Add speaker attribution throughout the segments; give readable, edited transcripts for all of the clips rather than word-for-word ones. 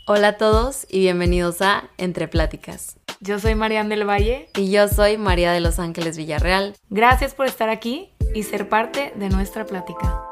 Speaker 1: Hola a todos y bienvenidos a Entre Pláticas.
Speaker 2: Yo soy Mariana del Valle.
Speaker 1: Y yo soy María de Los Ángeles Villarreal.
Speaker 2: Gracias por estar aquí y ser parte de nuestra plática.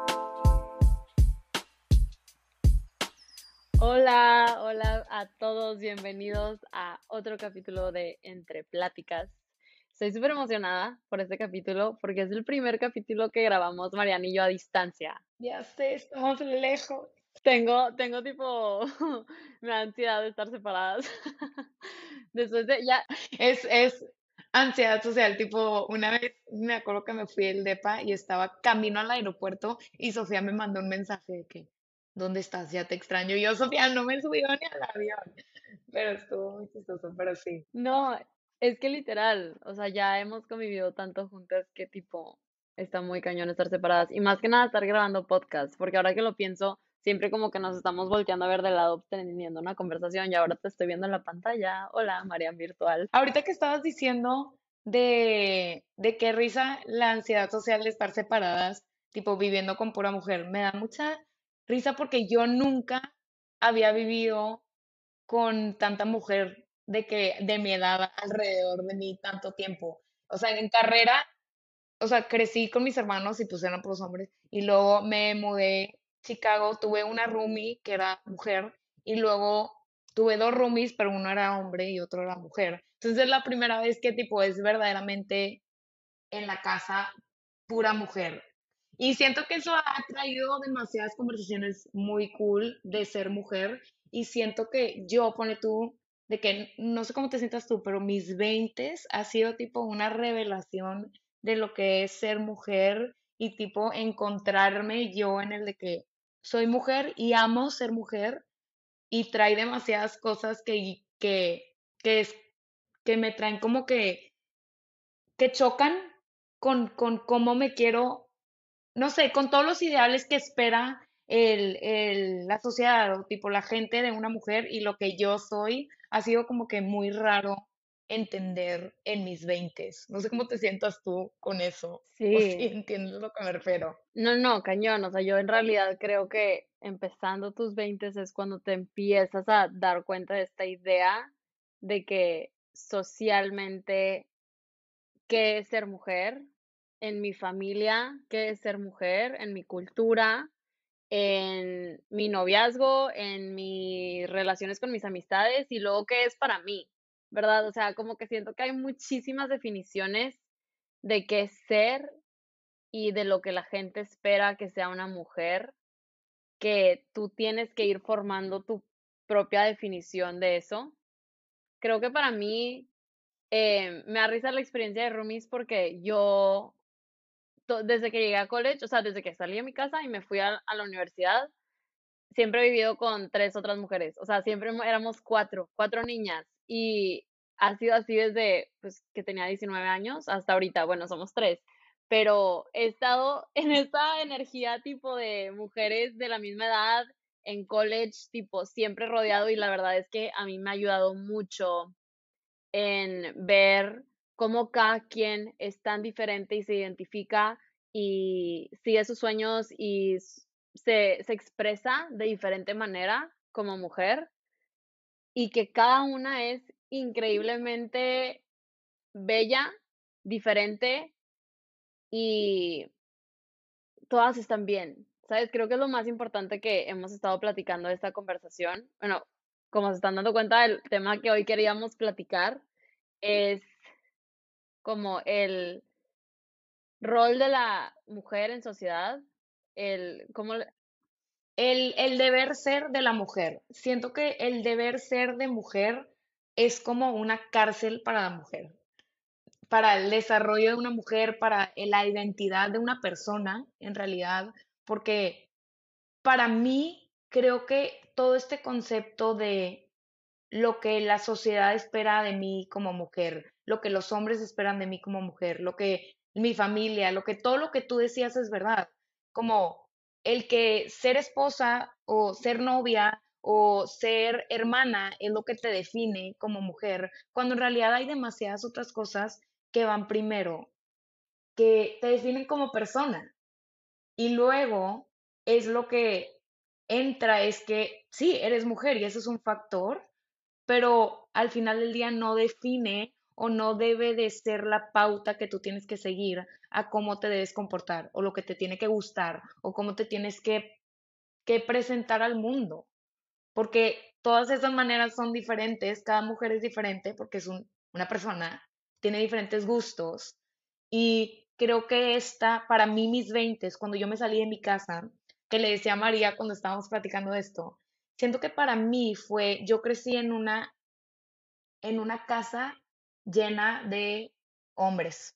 Speaker 1: Hola a todos, bienvenidos a otro capítulo de Entre Pláticas. Estoy súper emocionada por este capítulo porque es el primer capítulo que grabamos Mariana y yo a distancia.
Speaker 2: Ya sé, estamos lejos.
Speaker 1: Tengo tipo, me da ansiedad de estar separadas. Después de, ya,
Speaker 2: Es ansiedad social, tipo, una vez me acuerdo que me fui del depa y estaba camino al aeropuerto y Sofía me mandó un mensaje de que, ¿dónde estás? Ya te extraño. Y yo, Sofía, no me subí ni al avión. Pero estuvo muy chistoso, pero sí.
Speaker 1: no, es que literal, o sea, ya hemos convivido tanto juntas que tipo, está muy cañón estar separadas. Y más que nada estar grabando podcast, porque ahora que lo pienso, siempre como que nos estamos volteando a ver de lado teniendo una conversación y ahora te estoy viendo en la pantalla. Hola, Marian virtual.
Speaker 2: Ahorita que estabas diciendo de qué risa la ansiedad social de estar separadas, tipo viviendo con pura mujer, me da mucha risa porque yo nunca había vivido con tanta mujer de que de mi edad alrededor de mí tanto tiempo. O sea, en carrera, o sea, crecí con mis hermanos y pues eran puros hombres. Y luego me mudé a Chicago, tuve una roomie que era mujer y luego tuve dos roomies, pero uno era hombre y otro era mujer. Entonces es la primera vez que tipo es verdaderamente en la casa pura mujer. Y siento que eso ha traído demasiadas conversaciones muy cool de ser mujer. Y siento que yo, pone tú, de que no sé cómo te sientas tú, pero mis veintes ha sido tipo una revelación de lo que es ser mujer y tipo encontrarme yo en el de que soy mujer y amo ser mujer y trae demasiadas cosas que, es, que me traen como que chocan con cómo me quiero, no sé, con todos los ideales que espera la sociedad o tipo la gente de una mujer y lo que yo soy ha sido como que muy raro entender en mis veintes. No sé cómo te sientas tú con eso o si
Speaker 1: Sí,
Speaker 2: entiendes lo que me refiero.
Speaker 1: no, cañón, o sea, yo en realidad creo que empezando tus 20 es cuando te empiezas a dar cuenta de esta idea de que socialmente qué es ser mujer, en mi familia, qué es ser mujer, en mi cultura, en mi noviazgo, en mis relaciones con mis amistades y luego qué es para mí, ¿verdad? O sea, como que siento que hay muchísimas definiciones de qué es ser y de lo que la gente espera que sea una mujer, que tú tienes que ir formando tu propia definición de eso. Creo que para mí me da risa la experiencia de roomies porque yo desde que llegué a college, o sea, desde que salí de mi casa y me fui a la universidad, siempre he vivido con tres otras mujeres, o sea, siempre éramos cuatro niñas y ha sido así desde pues, que tenía 19 años hasta ahorita, bueno, somos tres, pero he estado en esta energía tipo de mujeres de la misma edad, en college, tipo, siempre rodeado y la verdad es que a mí me ha ayudado mucho en ver cómo cada quien es tan diferente y se identifica y sigue sus sueños y se expresa de diferente manera como mujer y que cada una es increíblemente bella, diferente y todas están bien, ¿sabes? Creo que es lo más importante que hemos estado platicando de esta conversación. Bueno, como se están dando cuenta, el tema que hoy queríamos platicar es como el rol de la mujer en sociedad, el cómo le
Speaker 2: El deber ser de la mujer. Siento que el deber ser de mujer es como una cárcel para la mujer, para el desarrollo de una mujer, para la identidad de una persona, en realidad, porque para mí creo que todo este concepto de lo que la sociedad espera de mí como mujer, lo que los hombres esperan de mí como mujer, lo que mi familia, lo que todo lo que tú decías es verdad, como el que ser esposa o ser novia o ser hermana es lo que te define como mujer, cuando en realidad hay demasiadas otras cosas que van primero, que te definen como persona y luego es lo que entra es que sí, eres mujer y eso es un factor, pero al final del día no define o no debe de ser la pauta que tú tienes que seguir a cómo te debes comportar o lo que te tiene que gustar o cómo te tienes que presentar al mundo, porque todas esas maneras son diferentes, cada mujer es diferente porque es una persona, tiene diferentes gustos y creo que esta, para mí mis 20, cuando yo me salí de mi casa, que le decía a María cuando estábamos platicando de esto, siento que para mí fue, yo crecí en una casa llena de hombres.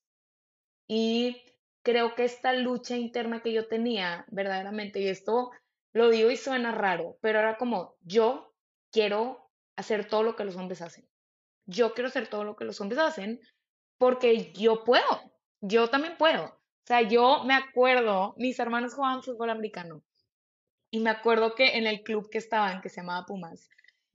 Speaker 2: Y creo que esta lucha interna que yo tenía, verdaderamente, y esto lo digo y suena raro, pero era como, yo quiero hacer todo lo que los hombres hacen. Yo quiero hacer todo lo que los hombres hacen porque yo puedo. Yo también puedo. O sea, yo me acuerdo, mis hermanos jugaban fútbol americano y me acuerdo que en el club que estaban, que se llamaba Pumas,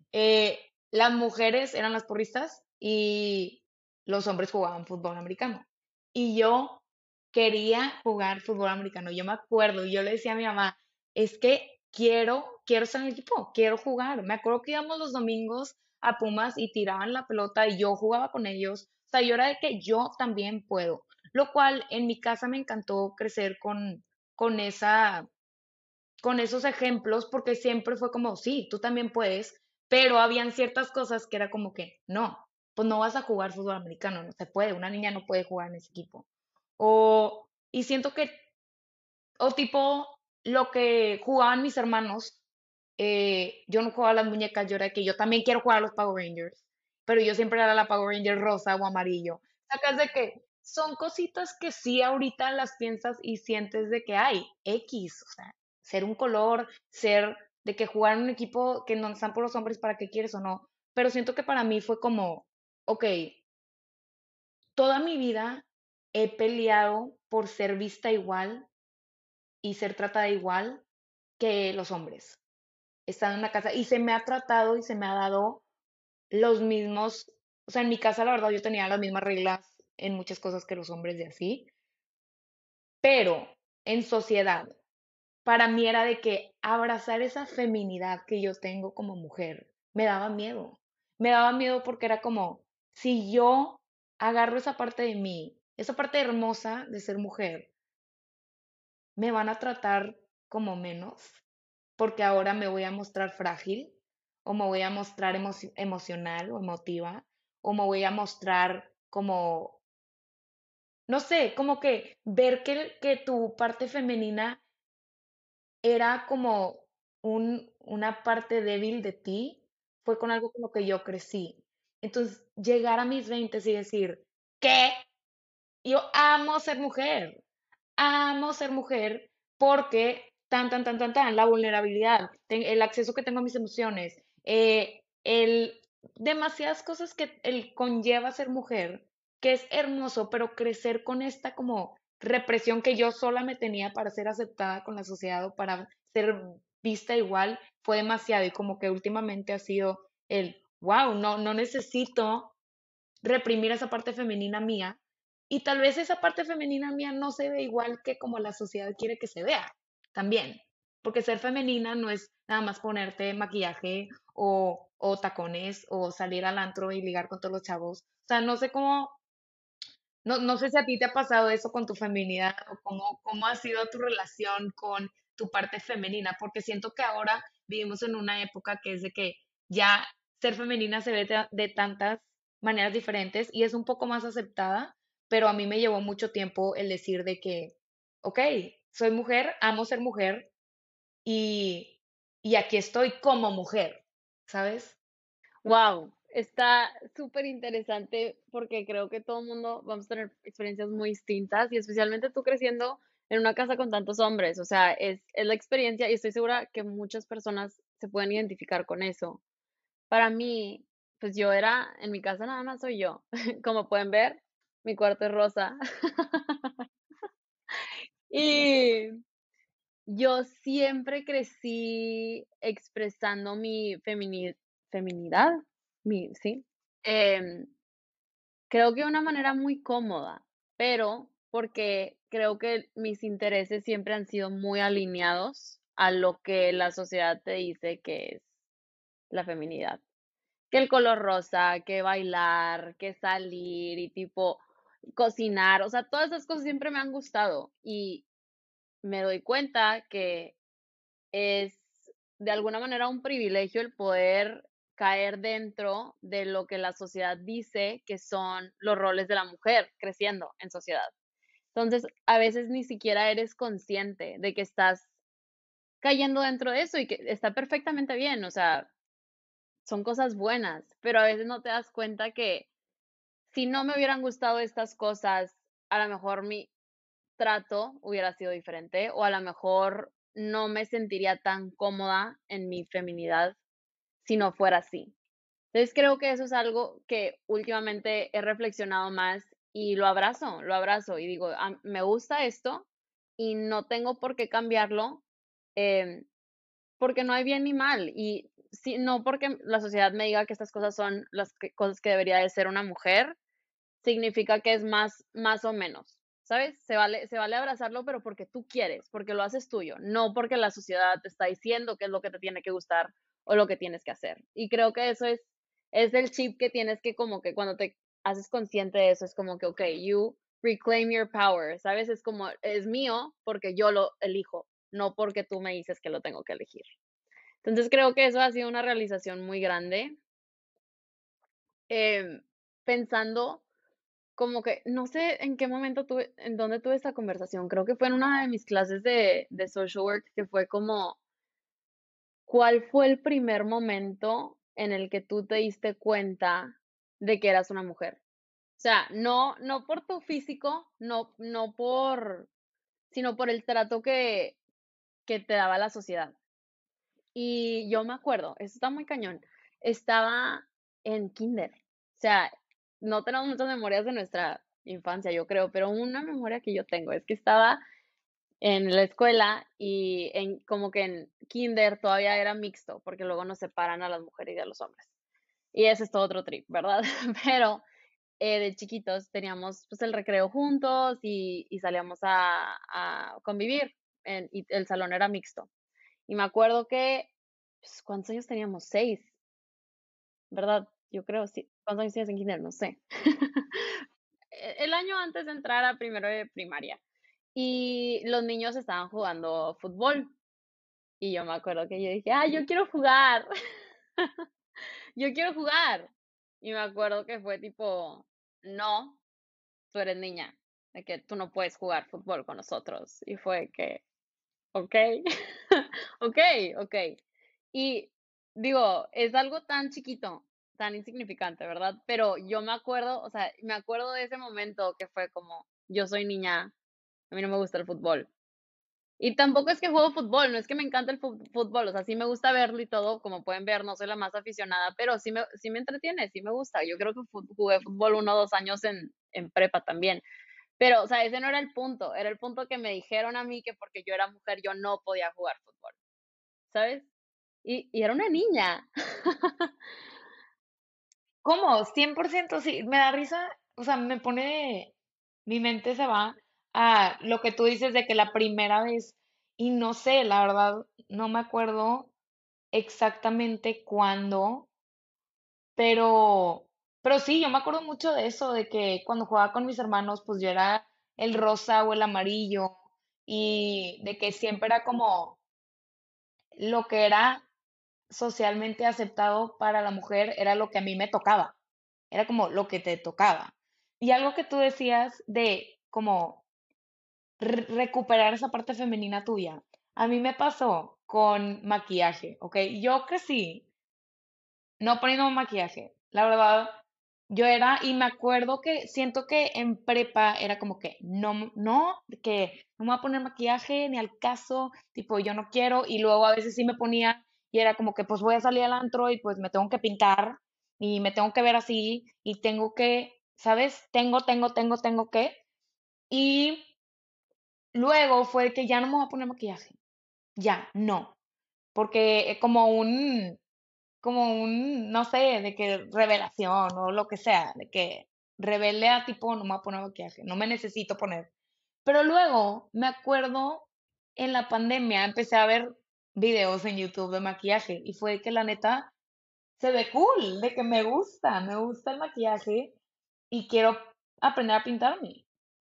Speaker 2: las mujeres eran las porristas y los hombres jugaban fútbol americano. Y yo quería jugar fútbol americano. Yo me acuerdo, y yo le decía a mi mamá, es que quiero estar en el equipo, quiero jugar. Me acuerdo que íbamos los domingos a Pumas y tiraban la pelota y yo jugaba con ellos. O sea, yo era de que yo también puedo. Lo cual en mi casa me encantó crecer con con esos ejemplos porque siempre fue como, sí, tú también puedes, pero habían ciertas cosas que era como que, no, pues no vas a jugar fútbol americano, no se puede, una niña no puede jugar en ese equipo. Y siento que, o tipo, lo que jugaban mis hermanos, yo no jugaba a las muñecas, yo era de que yo también quiero jugar a los Power Rangers, pero yo siempre era la Power Ranger rosa o amarillo. Sacas de que son cositas que sí ahorita las piensas y sientes de que hay X, o sea, ser un color, ser de que jugar en un equipo que no están por los hombres para qué quieres o no, pero siento que para mí fue como, ok, toda mi vida he peleado por ser vista igual y ser tratada igual que los hombres estando en la casa y se me ha tratado y se me ha dado los mismos, o sea, en mi casa la verdad yo tenía las mismas reglas en muchas cosas que los hombres y así, pero en sociedad, para mí era de que abrazar esa feminidad que yo tengo como mujer me daba miedo. Me daba miedo porque era como, si yo agarro esa parte de mí, esa parte hermosa de ser mujer, me van a tratar como menos porque ahora me voy a mostrar frágil o me voy a mostrar emocional o emotiva o me voy a mostrar como, no sé, como que ver que tu parte femenina era como una parte débil de ti, fue con algo con lo que yo crecí. Entonces, llegar a mis 20 y decir, ¿qué? Yo amo ser mujer porque la vulnerabilidad, el acceso que tengo a mis emociones, demasiadas cosas que el conlleva ser mujer, que es hermoso, pero crecer con esta como represión que yo sola me tenía para ser aceptada con la sociedad o para ser vista igual, fue demasiado y como que últimamente ha sido wow, no necesito reprimir esa parte femenina mía y tal vez esa parte femenina mía no se ve igual que como la sociedad quiere que se vea también, porque ser femenina no es nada más ponerte maquillaje o tacones o salir al antro y ligar con todos los chavos. O sea, no sé cómo, no sé si a ti te ha pasado eso con tu feminidad o cómo ha sido tu relación con tu parte femenina, porque siento que ahora vivimos en una época que es de que ya ser femenina se ve de tantas maneras diferentes y es un poco más aceptada, pero a mí me llevó mucho tiempo el decir de que, ok, soy mujer, amo ser mujer y, y aquí estoy como mujer, ¿sabes?
Speaker 1: Wow, está súper interesante porque creo que todo el mundo vamos a tener experiencias muy distintas y especialmente tú creciendo en una casa con tantos hombres, o sea, es la experiencia y estoy segura que muchas personas se pueden identificar con eso. Para mí, pues yo era, en mi casa nada más soy yo. Como pueden ver, mi cuarto es rosa. Y yo siempre crecí expresando mi feminidad, sí. Em, Creo que de una manera muy cómoda, pero porque creo que mis intereses siempre han sido muy alineados a lo que la sociedad te dice que es la feminidad. Que el color rosa, que bailar, que salir y tipo cocinar, o sea, todas esas cosas siempre me han gustado y me doy cuenta que es de alguna manera un privilegio el poder caer dentro de lo que la sociedad dice que son los roles de la mujer creciendo en sociedad. Entonces, a veces ni siquiera eres consciente de que estás cayendo dentro de eso y que está perfectamente bien, o sea, son cosas buenas, pero a veces no te das cuenta que si no me hubieran gustado estas cosas, a lo mejor mi trato hubiera sido diferente, o a lo mejor no me sentiría tan cómoda en mi feminidad si no fuera así. Entonces, creo que eso es algo que últimamente he reflexionado más y lo abrazo y digo: Me gusta esto y no tengo por qué cambiarlo, em, porque no hay bien ni mal, y sí, no porque la sociedad me diga que estas cosas son las cosas que debería de ser una mujer, significa que es más o menos, ¿sabes? Se vale abrazarlo, pero porque tú quieres, porque lo haces tuyo, no porque la sociedad te está diciendo qué es lo que te tiene que gustar o lo que tienes que hacer. Y creo que eso es el chip que tienes que como que cuando te haces consciente de eso, es como que, okey, you reclaim your power, ¿sabes? Es como, es mío porque yo lo elijo, no porque tú me dices que lo tengo que elegir. Entonces, creo que eso ha sido una realización muy grande, em, pensando como que no sé en qué momento en dónde tuve esta conversación, creo que fue en una de mis clases de social work, que fue como, ¿cuál fue el primer momento en el que tú te diste cuenta de que eras una mujer? O sea, no por tu físico, no por sino por el trato que te daba la sociedad. Y yo me acuerdo, eso está muy cañón, estaba en kinder, o sea, no tenemos muchas memorias de nuestra infancia, yo creo, pero una memoria que yo tengo es que estaba en la escuela y en como que en kinder todavía era mixto, porque luego nos separan a las mujeres y a los hombres. Y ese es todo otro trip, ¿verdad? Pero, de chiquitos teníamos, pues, el recreo juntos y salíamos a convivir, y el salón era mixto. Y me acuerdo que, pues, ¿cuántos años teníamos? 6, ¿verdad? Yo creo, sí. ¿Cuántos años tienes en kinder? No sé. El año antes de entrar a primero de primaria. Y los niños estaban jugando fútbol. Y yo me acuerdo que yo dije: "Ay, yo quiero jugar, yo quiero jugar". Y me acuerdo que fue tipo: "No, tú eres niña, de que tú no puedes jugar fútbol con nosotros". Y fue que okey, okey, okey. Y digo, es algo tan chiquito, tan insignificante, ¿verdad? Pero yo me acuerdo, o sea, me acuerdo de ese momento que fue como, yo soy niña, a mí no me gusta el fútbol. Y tampoco es que juego fútbol, no es que me encanta el fútbol, o sea, sí me gusta verlo y todo, como pueden ver, no soy la más aficionada, pero sí me entretiene, sí me gusta. Yo creo que jugué fútbol 1 o 2 años en prepa también. Pero, o sea, ese no era el punto, era el punto que me dijeron a mí que porque yo era mujer yo no podía jugar fútbol, ¿sabes? Y era una niña.
Speaker 2: ¿Cómo? 100% sí, me da risa, o sea, me pone, mi mente se va a lo que tú dices de que la primera vez, y no sé, la verdad, no me acuerdo exactamente cuándo, pero, pero sí, yo me acuerdo mucho de eso, de que cuando jugaba con mis hermanos, pues yo era el rosa o el amarillo, y de que siempre era como lo que era socialmente aceptado para la mujer era lo que a mí me tocaba, era como lo que te tocaba. Y algo que tú decías de como recuperar esa parte femenina tuya, a mí me pasó con maquillaje, ¿ok? Yo crecí no poniendo maquillaje, la verdad, yo era, y me acuerdo que siento que en prepa era como que que no me voy a poner maquillaje ni al caso, tipo, yo no quiero, y luego a veces sí me ponía, y era como que pues voy a salir al antro y pues me tengo que pintar, y me tengo que ver así, y tengo que, ¿sabes? Tengo que, y luego fue que ya no me voy a poner maquillaje, ya, no, porque como un, no sé, de que revelación o lo que sea, de que rebelde a tipo, no me voy a poner maquillaje, no me necesito poner. Pero luego me acuerdo en la pandemia empecé a ver videos en YouTube de maquillaje y fue que la neta se ve cool, de que me gusta el maquillaje y quiero aprender a pintarme.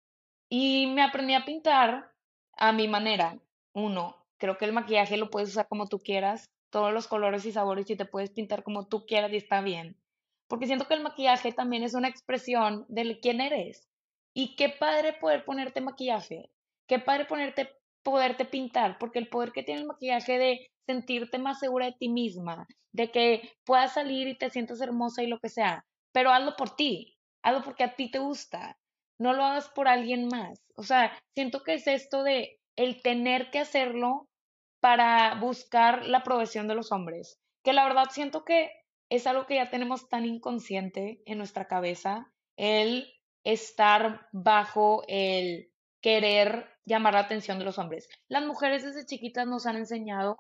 Speaker 2: Y me aprendí a pintar a mi manera. Uno, creo que el maquillaje lo puedes usar como tú quieras, todos los colores y sabores y te puedes pintar como tú quieras y está bien. Porque siento que el maquillaje también es una expresión de quién eres. Y qué padre poder ponerte maquillaje, qué padre poderte pintar, porque el poder que tiene el maquillaje de sentirte más segura de ti misma, de que puedas salir y te sientas hermosa y lo que sea, pero hazlo por ti, hazlo porque a ti te gusta, no lo hagas por alguien más. O sea, siento que es esto de el tener que hacerlo para buscar la aprobación de los hombres, que la verdad siento que es algo que ya tenemos tan inconsciente en nuestra cabeza, el estar bajo el querer llamar la atención de los hombres. Las mujeres desde chiquitas nos han enseñado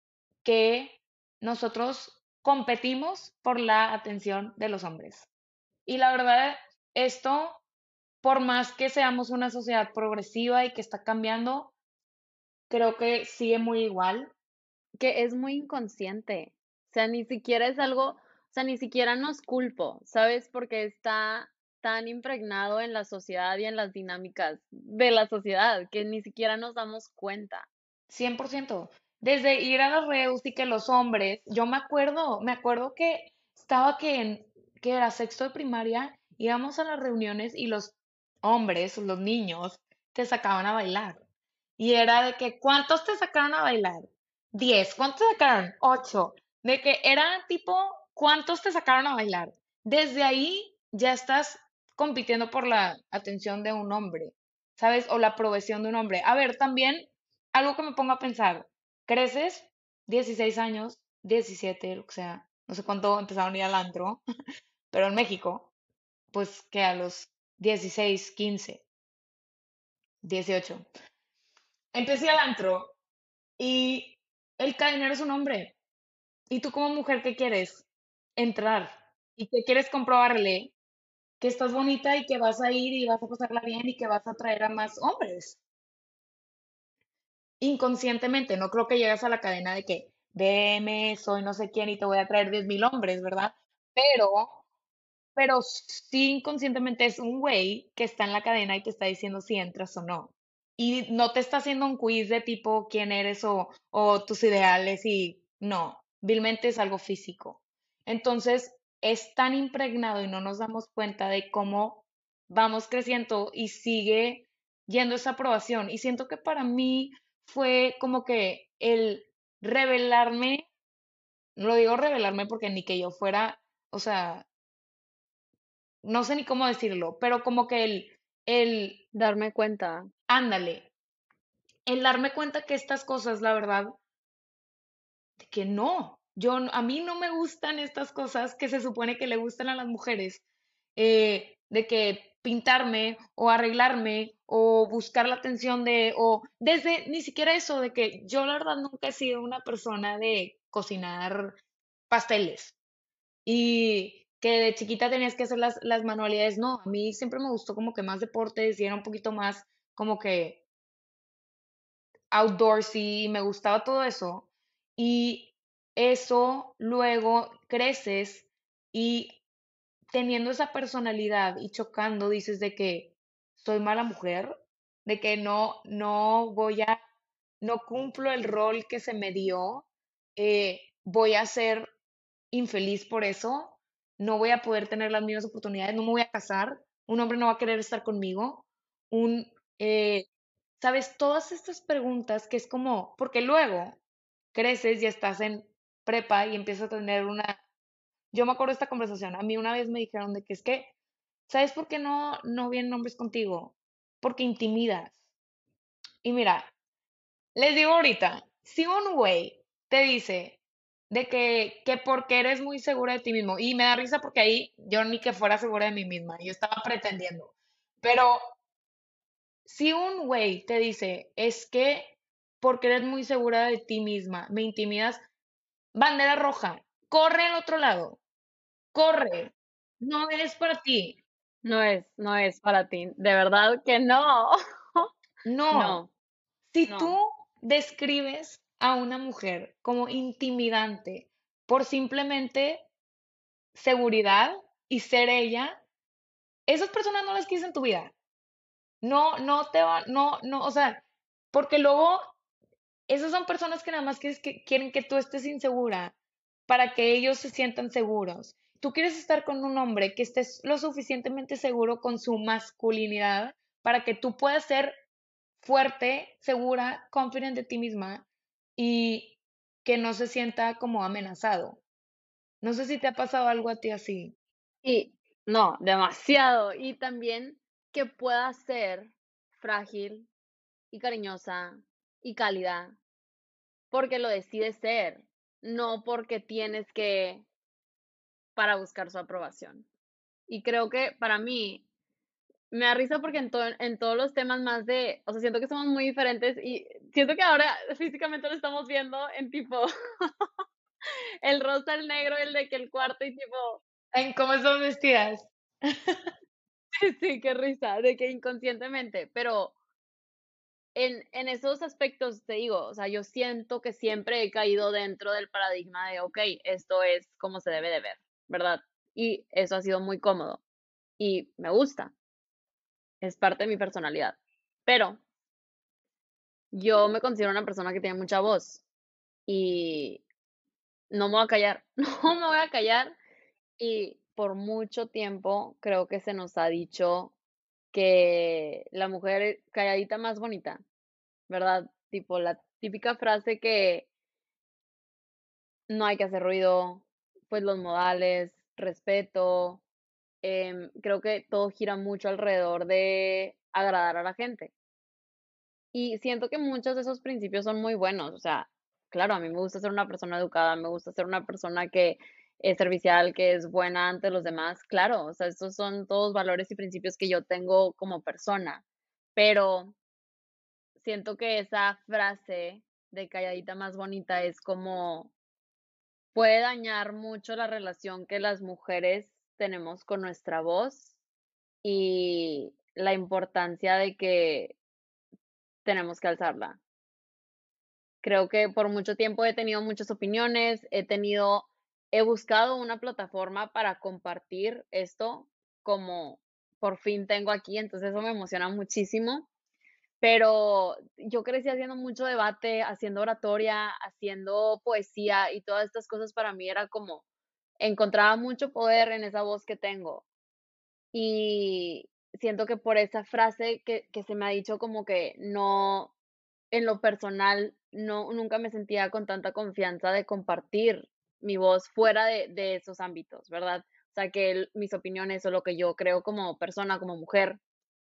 Speaker 2: que nosotros competimos por la atención de los hombres. Y la verdad, esto por más que seamos una sociedad progresiva y que está cambiando, creo que sigue muy igual.
Speaker 1: Que es muy inconsciente. O sea, ni siquiera es algo, o sea, ni siquiera nos culpo, ¿sabes? Porque está tan impregnado en la sociedad y en las dinámicas de la sociedad que ni siquiera nos damos cuenta.
Speaker 2: 100%. Desde ir a las redes y que los hombres, yo me acuerdo que estaba que era sexto de primaria, íbamos a las reuniones y los hombres, los niños, te sacaban a bailar. Y era de que, ¿cuántos te sacaron a bailar? 10. ¿Cuántos te sacaron? 8. De que era tipo, ¿cuántos te sacaron a bailar? Desde ahí ya estás compitiendo por la atención de un hombre, ¿sabes? O la aprobación de un hombre. A ver, también algo que me pongo a pensar, creces, 16 años, 17, o sea, no sé cuánto empezaron a ir al antro, pero en México, pues que a los 16, 15, 18, empecé al antro y el cadenero es un hombre. ¿Y tú como mujer qué quieres? Entrar. ¿Y qué quieres comprobarle? Que estás bonita y que vas a ir y vas a pasarla bien y que vas a atraer a más hombres. Inconscientemente, no creo que llegas a la cadena de que, veme, soy no sé quién y te voy a traer 10,000 hombres, ¿verdad? Pero, pero sí inconscientemente es un güey que está en la cadena y te está diciendo si entras o no. Y no te está haciendo un quiz de tipo quién eres o tus ideales y no, vilmente es algo físico. Entonces, es tan impregnado y no nos damos cuenta de cómo vamos creciendo y sigue yendo esa aprobación. Y siento que para mí fue como que el revelarme, no lo digo revelarme porque ni que yo fuera, o sea, no sé ni cómo decirlo, pero como que
Speaker 1: Darme cuenta.
Speaker 2: ándale, el darme cuenta que estas cosas, la verdad, de que no, a mí no me gustan estas cosas que se supone que le gustan a las mujeres, de que pintarme o arreglarme o buscar la atención o desde, ni siquiera eso, de que yo la verdad nunca he sido una persona de cocinar pasteles y que de chiquita tenías que hacer las manualidades, no, a mí siempre me gustó como que más deportes y era un poquito más como que outdoorsy, me gustaba todo eso. Y eso luego creces y teniendo esa personalidad y chocando, dices de que soy mala mujer, de que no cumplo el rol que se me dio, voy a ser infeliz por eso, no voy a poder tener las mismas oportunidades, no me voy a casar, un hombre no va a querer estar conmigo, un, eh, sabes, todas estas preguntas que es como, porque luego creces y estás en prepa y empiezas a tener yo me acuerdo de esta conversación, a mí una vez me dijeron de que es que, ¿sabes por qué no vienen hombres contigo? Porque intimidas. Y mira, les digo ahorita, si un güey te dice de que porque eres muy segura de ti mismo, y me da risa porque ahí yo ni que fuera segura de mí misma, yo estaba pretendiendo, pero si un güey te dice, es que porque eres muy segura de ti misma, me intimidas, bandera roja, corre al otro lado, corre, no es para ti.
Speaker 1: No es para ti. De verdad que no.
Speaker 2: No,
Speaker 1: No,
Speaker 2: si tú
Speaker 1: no.
Speaker 2: describes a una mujer como intimidante por simplemente seguridad y ser ella, esas personas no las quieres en tu vida. No, no te va, no, no, o sea, porque luego esas son personas que nada más quieren que tú estés insegura para que ellos se sientan seguros. Tú quieres estar con un hombre que estés lo suficientemente seguro con su masculinidad para que tú puedas ser fuerte, segura, confident de ti misma y que no se sienta como amenazado. No sé si te ha pasado algo a ti así.
Speaker 1: Y no, demasiado. Y también que pueda ser frágil y cariñosa y cálida porque lo decides ser, no porque tienes que para buscar su aprobación. Y creo que para mí me da risa porque en todos los temas más de, o sea, siento que somos muy diferentes y siento que ahora físicamente lo estamos viendo en tipo el rosa, el negro, el de que el cuarto y tipo,
Speaker 2: ¿En cómo están vestidas?
Speaker 1: sí, qué risa, de que inconscientemente, pero en esos aspectos te digo, o sea, yo siento que siempre he caído dentro del paradigma de, okey, esto es como se debe de ver, ¿verdad? Y eso ha sido muy cómodo y me gusta, es parte de mi personalidad. Pero yo me considero una persona que tiene mucha voz y no me voy a callar, no me voy a callar y por mucho tiempo creo que se nos ha dicho que la mujer calladita más bonita, ¿verdad? Tipo la típica frase que no hay que hacer ruido, pues los modales, respeto, creo que todo gira mucho alrededor de agradar a la gente. Y siento que muchos de esos principios son muy buenos, o sea, claro, a mí me gusta ser una persona educada, me gusta ser una persona que es servicial, que es buena ante los demás, claro, o sea, estos son todos valores y principios que yo tengo como persona, pero siento que esa frase de calladita más bonita es como puede dañar mucho la relación que las mujeres tenemos con nuestra voz y la importancia de que tenemos que alzarla. Creo que por mucho tiempo he tenido muchas opiniones, he buscado una plataforma para compartir esto como por fin tengo aquí, entonces eso me emociona muchísimo. Pero yo crecí haciendo mucho debate, haciendo oratoria, haciendo poesía y todas estas cosas para mí era como encontraba mucho poder en esa voz que tengo. Y siento que por esa frase que se me ha dicho como que no, en lo personal, no, nunca me sentía con tanta confianza de compartir mi voz fuera de esos ámbitos, ¿verdad? O sea, que mis opiniones o lo que yo creo como persona, como mujer.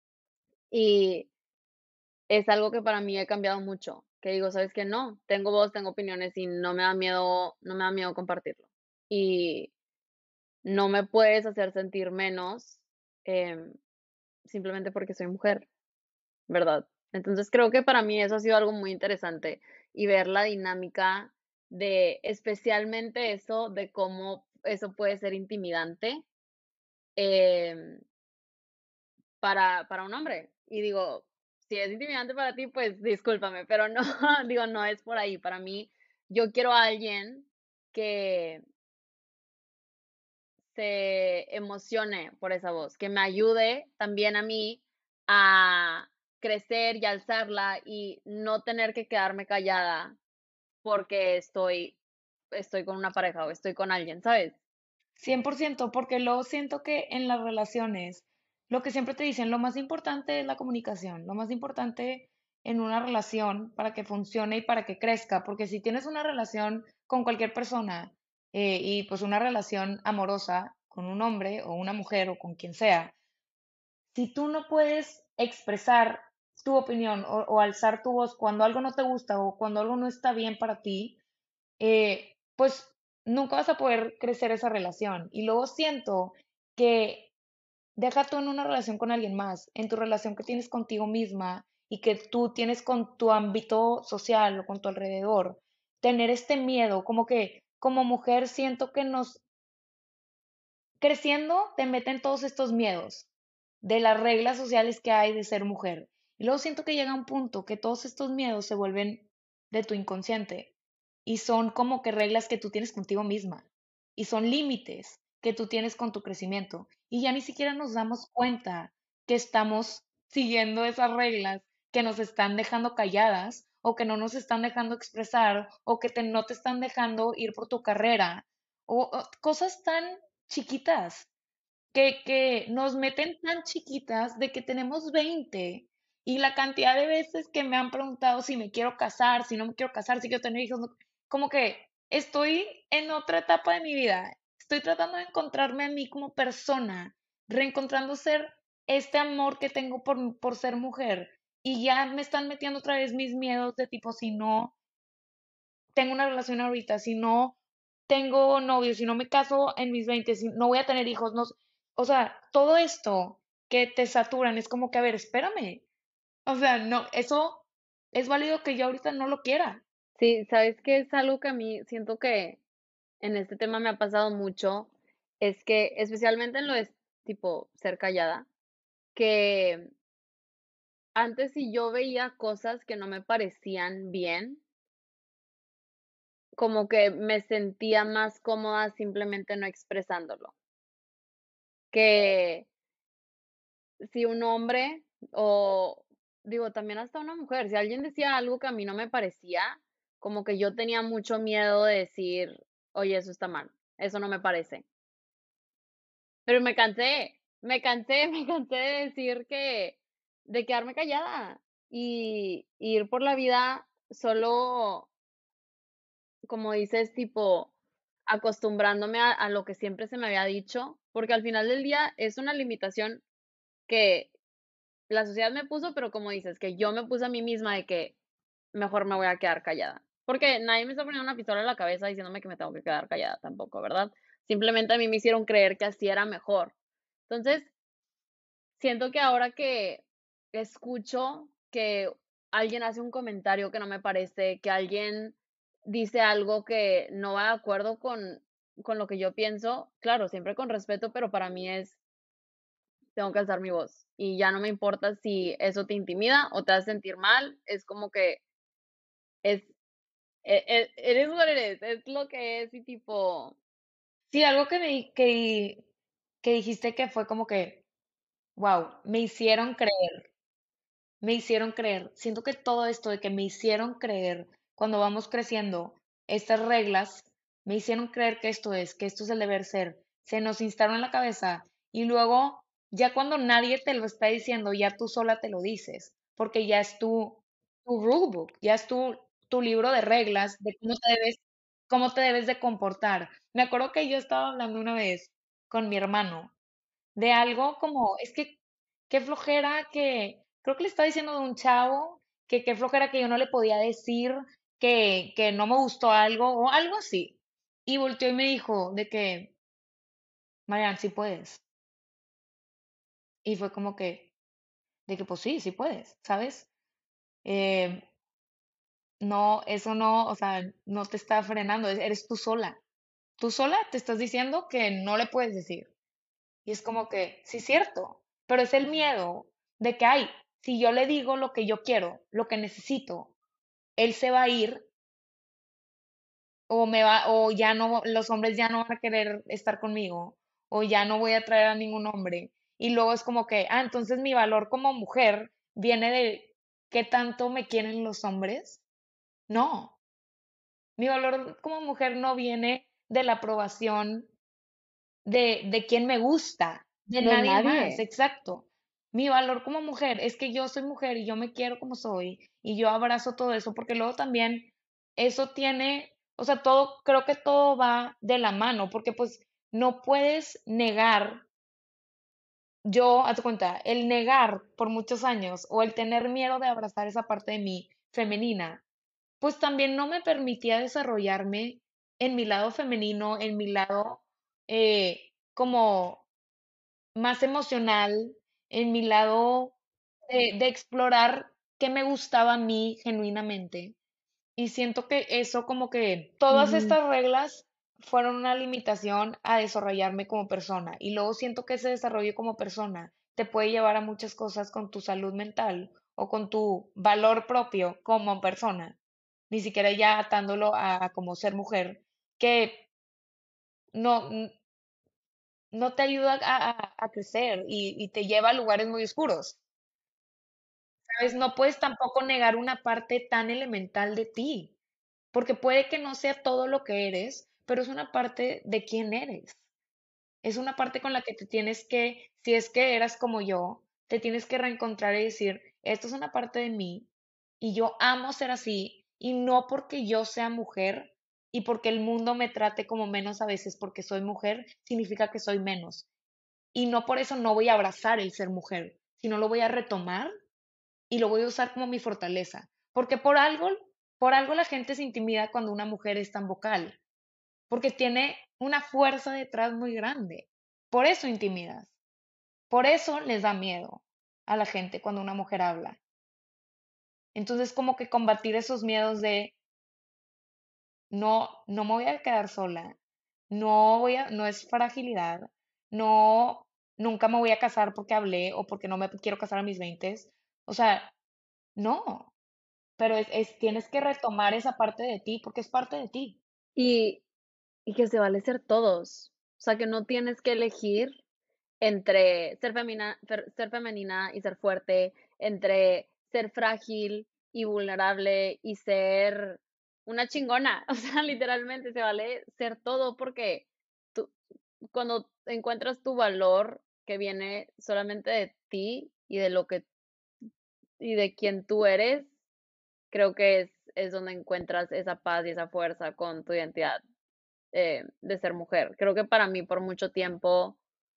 Speaker 1: Y es algo que para mí he cambiado mucho, que digo: "¿Sabes qué? No, tengo voz, tengo opiniones y no me da miedo compartirlo". Y no me puedes hacer sentir menos, em, simplemente porque soy mujer, ¿verdad? Entonces, creo que para mí eso ha sido algo muy interesante, y ver la dinámica de especialmente eso, de cómo eso puede ser intimidante, em, para un hombre. Y digo, si es intimidante para ti, pues discúlpame, pero no, digo, no es por ahí. Para mí, yo quiero a alguien que se emocione por esa voz, que me ayude también a mí a crecer y alzarla y no tener que quedarme callada porque estoy con una pareja o estoy con alguien, ¿sabes?
Speaker 2: 100%, porque luego siento que en las relaciones, lo que siempre te dicen, lo más importante es la comunicación, lo más importante en una relación para que funcione y para que crezca, porque si tienes una relación con cualquier persona y pues una relación amorosa con un hombre o una mujer o con quien sea, si tú no puedes expresar tu opinión o alzar tu voz cuando algo no te gusta o cuando algo no está bien para ti, pues nunca vas a poder crecer esa relación. Y luego siento que deja tú en una relación con alguien más, en tu relación que tienes contigo misma y que tú tienes con tu ámbito social o con tu alrededor, tener este miedo, como que como mujer siento que nos creciendo te meten todos estos miedos de las reglas sociales que hay de ser mujer. Y luego siento que llega un punto que todos estos miedos se vuelven de tu inconsciente y son como que reglas que tú tienes contigo misma y son límites que tú tienes con tu crecimiento y ya ni siquiera nos damos cuenta que estamos siguiendo esas reglas que nos están dejando calladas o que no nos están dejando expresar o que no te están dejando ir por tu carrera o cosas tan chiquitas que nos meten tan chiquitas de que tenemos 20 y la cantidad de veces que me han preguntado si me quiero casar, si no me quiero casar, si quiero tener hijos, como que estoy en otra etapa de mi vida, estoy tratando de encontrarme a mí como persona, reencontrando ser este amor que tengo por ser mujer y ya me están metiendo otra vez mis miedos de tipo si no tengo una relación ahorita, si no tengo novio, si no me caso en mis 20, si no voy a tener hijos, no, o sea, todo esto que te saturan es como que, a ver, espérame. O sea, no, eso es válido que yo ahorita no lo quiera.
Speaker 1: Sí, ¿sabes qué? Es algo que a mí siento que en este tema me ha pasado mucho, es que especialmente en lo de tipo ser callada, que antes si yo veía cosas que no me parecían bien, como que me sentía más cómoda simplemente no expresándolo. Que si un hombre o digo, también hasta una mujer, si alguien decía algo que a mí no me parecía, como que yo tenía mucho miedo de decir: "Oye, eso está mal, eso no me parece". Pero me cansé de decir que de quedarme callada y ir por la vida solo, como dices, tipo, acostumbrándome a lo que siempre se me había dicho, porque al final del día es una limitación que la sociedad me puso, pero como dices, que yo me puse a mí misma de que mejor me voy a quedar callada. Porque nadie me está poniendo una pistola en la cabeza diciéndome que me tengo que quedar callada tampoco, ¿verdad? Simplemente a mí me hicieron creer que así era mejor. Entonces, siento que ahora que escucho que alguien hace un comentario que no me parece, que alguien dice algo que no va de acuerdo con lo que yo pienso, claro, siempre con respeto, pero para mí es, tengo que alzar mi voz. Y ya no me importa si eso te intimida o te hace sentir mal, es como que es, it is what it is, es lo que es y tipo,
Speaker 2: Sí, algo que dijiste que fue como que, wow, me hicieron creer. Siento que todo esto de que me hicieron creer cuando vamos creciendo, estas reglas, me hicieron creer que esto es el deber ser. Se nos instauró en la cabeza y luego, ya cuando nadie te lo está diciendo, ya tú sola te lo dices, porque ya es tu rulebook, ya es tu libro de reglas de cómo te debes de comportar. Me acuerdo que yo estaba hablando una vez con mi hermano de algo como, es que qué flojera que, creo que le estaba diciendo de un chavo, que qué flojera que yo no le podía decir que no me gustó algo o algo así. Y volteó y me dijo de que, Marian, sí puedes. Y fue como que, de que pues sí, sí puedes, ¿sabes? Eh, no, eso no, o sea, no te está frenando, eres tú sola. Tú sola te estás diciendo que no le puedes decir. Y es como que, sí, es cierto, pero es el miedo de que, ay, si yo le digo lo que yo quiero, lo que necesito, él se va a ir o ya no, los hombres ya no van a querer estar conmigo, o ya no voy a traer a ningún hombre. Y luego es como que, entonces mi valor como mujer viene de qué tanto me quieren los hombres. No, mi valor como mujer no viene de la aprobación de quién me gusta, de
Speaker 1: de
Speaker 2: nadie más,
Speaker 1: nadie.
Speaker 2: exacto. Mi valor como mujer es que yo soy mujer y yo me quiero como soy y yo abrazo todo eso porque luego también eso tiene, o sea, todo, creo que todo va de la mano porque pues no puedes negar, yo, haz de cuenta, el negar por muchos años o el tener miedo de abrazar esa parte de mí femenina, pues también no me permitía desarrollarme en mi lado femenino, en mi lado como más emocional, en mi lado de explorar qué me gustaba a mí genuinamente. Y siento que eso como que todas
Speaker 1: Ujú.
Speaker 2: estas reglas fueron una limitación a desarrollarme como persona. Y luego siento que ese desarrollo como persona te puede llevar a muchas cosas con tu salud mental o con tu valor propio como persona. ni siquiera ya atándolo a como ser mujer, que no, no te ayuda a crecer y te lleva a lugares muy oscuros. ¿Sabes? No puedes tampoco negar una parte tan elemental de ti, porque puede que no sea todo lo que eres, pero es una parte de quién eres. Es una parte con la que te tienes que, si es que eras como yo, te tienes que reencontrar y decir, esto es una parte de mí y yo amo ser así y no porque yo sea mujer y porque el mundo me trate como menos a veces porque soy mujer, significa que soy menos. Y no por eso no voy a abrazar el ser mujer, sino lo voy a retomar y lo voy a usar como mi fortaleza. Porque por algo la gente se intimida cuando una mujer es tan vocal, porque tiene una fuerza detrás muy grande. Por eso intimidas. Por eso les da miedo a la gente cuando una mujer habla. Entonces, como que combatir esos miedos de no, no me voy a quedar sola, no es fragilidad, no, nunca me voy a casar porque hablé o porque no me quiero casar a mis veintes. O sea, no, pero tienes que retomar esa parte de ti porque es parte de ti.
Speaker 1: Y y que se vale ser todos. O sea, que no tienes que elegir entre ser femenina y ser fuerte, entre ser frágil y vulnerable y ser una chingona. O sea, literalmente se vale ser todo porque tú cuando encuentras tu valor que viene solamente de ti y de lo que y de quien tú eres, creo que es donde encuentras esa paz y esa fuerza con tu identidad, de ser mujer. Creo que para mí, por mucho tiempo,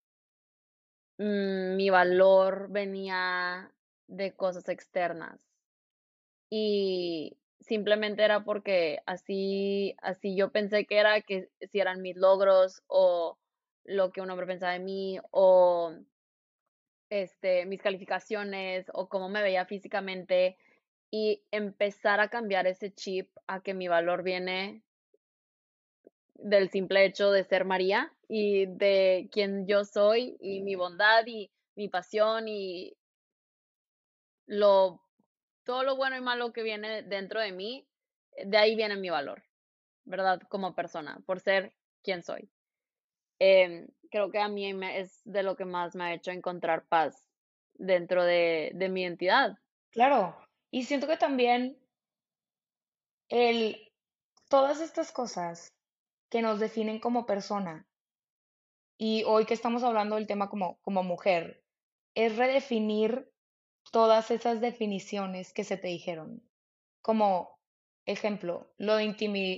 Speaker 1: mi valor venía de cosas externas y simplemente era porque así yo pensé que era, que si eran mis logros o lo que un hombre pensaba de mí o, mis calificaciones o cómo me veía físicamente, y empezar a cambiar ese chip a que mi valor viene del simple hecho de ser María y de quien yo soy y mi bondad y mi pasión y lo todo lo bueno y malo que viene dentro de mí, de ahí viene mi valor, ¿verdad? Como persona, por ser quien soy. Creo que a mí es de lo que más me ha hecho encontrar paz dentro de mi identidad.
Speaker 2: Claro. Y siento que también el, todas estas cosas que nos definen como persona, y hoy que estamos hablando del tema como mujer, es redefinir todas esas definiciones que se te dijeron. Como ejemplo, lo de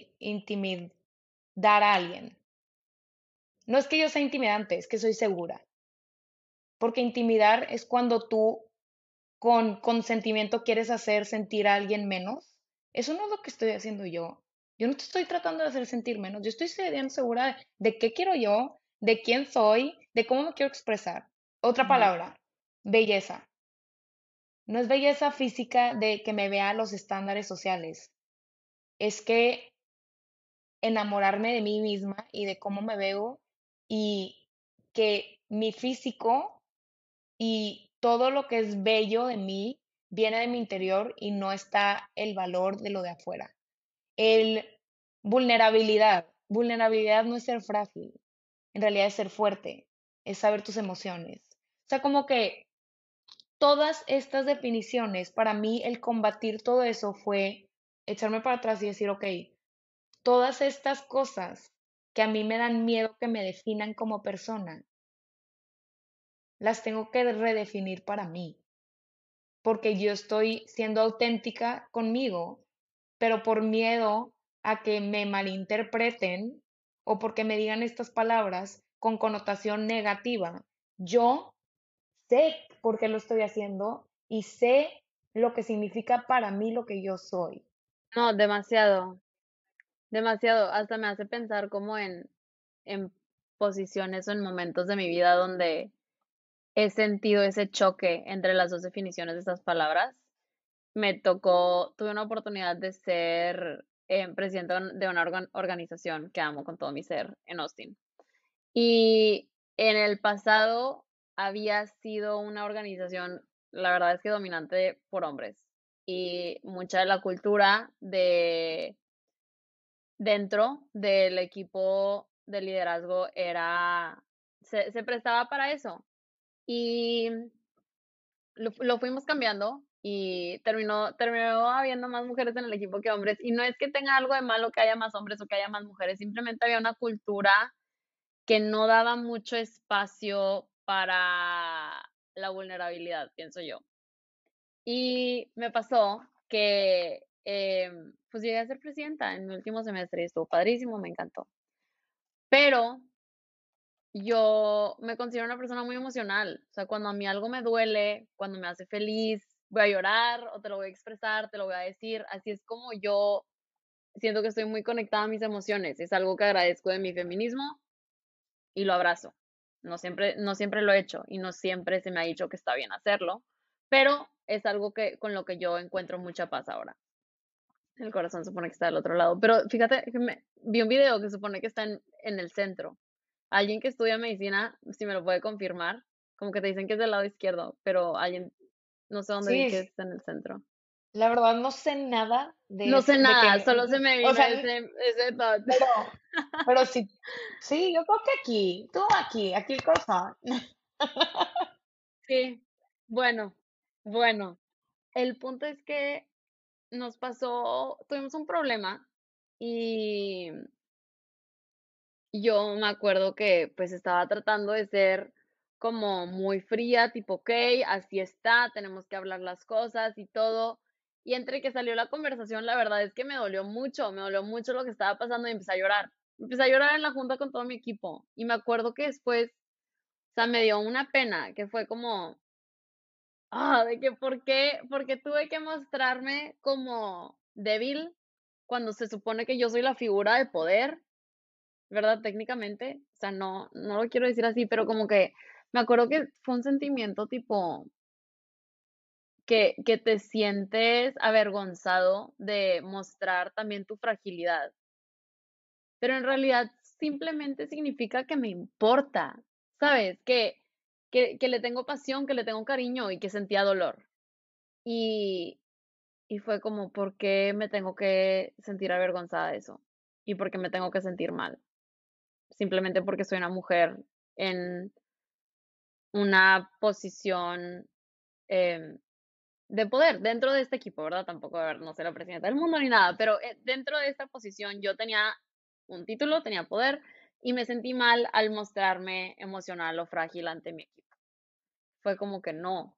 Speaker 2: intimidar a alguien. No es que yo sea intimidante, es que soy segura. Porque intimidar es cuando tú con consentimiento quieres hacer sentir a alguien menos. Eso no es lo que estoy haciendo yo. Yo no te estoy tratando de hacer sentir menos. Yo estoy bien segura de qué quiero yo, de quién soy, de cómo me quiero expresar. Otra
Speaker 1: Ujú.
Speaker 2: palabra, belleza. No es belleza física de que me vea a los estándares sociales. Es que enamorarme de mí misma y de cómo me veo y que mi físico y todo lo que es bello de mí viene de mi interior y no está el valor de lo de afuera. El vulnerabilidad. Vulnerabilidad no es ser frágil, en realidad es ser fuerte, es saber tus emociones. O sea, como que todas estas definiciones, para mí el combatir todo eso fue echarme para atrás y decir, ok, todas estas cosas que a mí me dan miedo que me definan como persona, las tengo que redefinir para mí, porque yo estoy siendo auténtica conmigo, pero por miedo a que me malinterpreten o porque me digan estas palabras con connotación negativa, yo sé por qué lo estoy haciendo y sé lo que significa para mí lo que yo soy.
Speaker 1: No, demasiado, demasiado. Hasta me hace pensar como en posiciones o en momentos de mi vida donde he sentido ese choque entre las 2 definiciones de estas palabras. Tuve una oportunidad de ser, presidenta de una organización que amo con todo mi ser en Austin. Y en el pasado había sido una organización, la verdad es que dominante por hombres. y mucha de la cultura de dentro del equipo de liderazgo se prestaba para eso. Y lo fuimos cambiando y terminó habiendo más mujeres en el equipo que hombres. Y no es que tenga algo de malo que haya más hombres o que haya más mujeres, simplemente había una cultura que no daba mucho espacio para la vulnerabilidad, pienso yo. Y me pasó que, pues, llegué a ser presidenta en mi último semestre y estuvo padrísimo, me encantó. Pero yo me considero una persona muy emocional, o sea, cuando a mí algo me duele, cuando me hace feliz, voy a llorar o te lo voy a expresar, te lo voy a decir, así es como yo siento que estoy muy conectada a mis emociones, es algo que agradezco de mi feminismo y lo abrazo. No siempre lo he hecho y no siempre se me ha dicho que está bien hacerlo, pero es algo que con lo que yo encuentro mucha paz ahora. El corazón supone que está del otro lado, pero fíjate que vi un video que supone que está en el centro. Alguien que estudia medicina, si me lo puede confirmar, como que te dicen que es del lado izquierdo, pero alguien, no sé dónde vi
Speaker 2: Sí,
Speaker 1: que está en el centro.
Speaker 2: la verdad no sé nada de
Speaker 1: No sé
Speaker 2: eso, de
Speaker 1: nada,
Speaker 2: que,
Speaker 1: solo se me
Speaker 2: o
Speaker 1: vino
Speaker 2: sea,
Speaker 1: ese thought.
Speaker 2: pero, pero sí, sí, yo creo que aquí, tú aquí cosa.
Speaker 1: Sí, bueno, bueno, el punto es que tuvimos un problema y yo me acuerdo que, pues, estaba tratando de ser como muy fría, tipo: "Okey, así está, tenemos que hablar las cosas y todo". Y entre que salió la conversación, la verdad es que me dolió mucho lo que estaba pasando y empecé a llorar. Empecé a llorar en la junta con todo mi equipo. Y me acuerdo que después, o sea, me dio una pena, que fue como, de que por qué tuve que mostrarme como débil cuando se supone que yo soy la figura de poder. ¿Verdad? Técnicamente, o sea, no lo quiero decir así, pero como que me acuerdo que fue un sentimiento tipo que te sientes avergonzado de mostrar también tu fragilidad, pero en realidad simplemente significa que me importa, ¿sabes? Que le tengo pasión, que le tengo cariño y que sentía dolor. Y y fue como, ¿por qué me tengo que sentir avergonzada de eso? ¿Y por qué me tengo que sentir mal? Simplemente porque soy una mujer en una posición, em, de poder dentro de este equipo, ¿verdad? Tampoco, a ver, no soy la presidenta del mundo ni nada, pero, dentro de esta posición yo tenía un título, tenía poder, y me sentí mal al mostrarme emocional o frágil ante mi equipo. Fue como que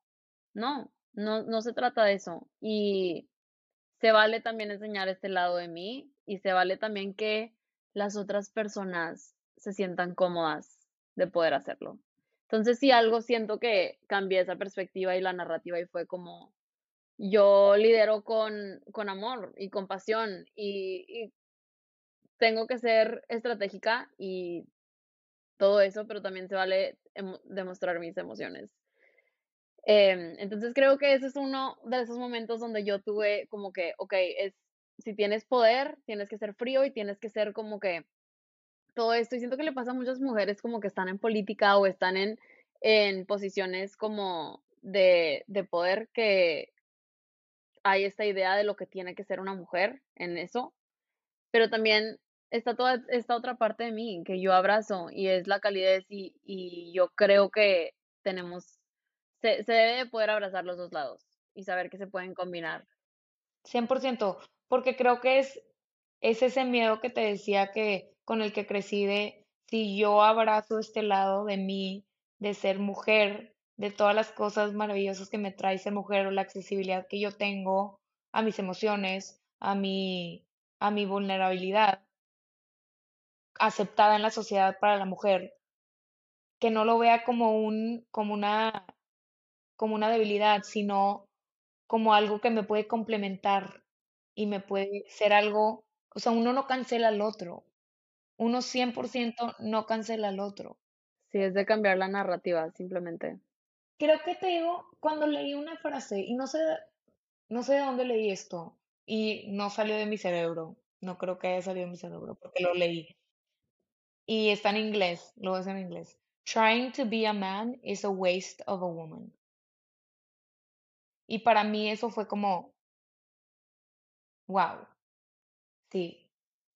Speaker 1: no se trata de eso. Y se vale también enseñar este lado de mí, y se vale también que las otras personas se sientan cómodas de poder hacerlo. Entonces, sí, algo siento que cambié esa perspectiva y la narrativa, y fue como, yo lidero con amor y con pasión, y tengo que ser estratégica y todo eso, pero también se vale demostrar mis emociones. Entonces creo que ese es uno de esos momentos donde yo tuve como que, okey, si tienes poder, tienes que ser frío y tienes que ser como que todo esto, y siento que le pasa a muchas mujeres como que están en política o están en posiciones como de poder, que hay esta idea de lo que tiene que ser una mujer en eso, pero también está toda esta otra parte de mí que yo abrazo, y es la calidez, y yo creo que tenemos se debe de poder abrazar los 2 lados y saber que se pueden combinar.
Speaker 2: 100%, porque creo que es ese miedo que te decía que con el que crecí de si yo abrazo este lado de mí, de ser mujer, de todas las cosas maravillosas que me trae ser mujer o la accesibilidad que yo tengo a mis emociones, a mi vulnerabilidad aceptada en la sociedad para la mujer, que no lo vea como como una debilidad, sino como algo que me puede complementar y me puede ser algo, o sea, uno no cancela al otro, uno 100% no cancela al otro.
Speaker 1: Sí, es de cambiar la narrativa, simplemente.
Speaker 2: Creo que te digo, cuando leí una frase, y no sé de dónde leí esto, y no salió de mi cerebro, no creo que haya salido de mi cerebro, porque lo leí, y está en inglés, lo ves en inglés. Trying to be a man is a waste of a woman. Y para mí eso fue como, Wow, sí.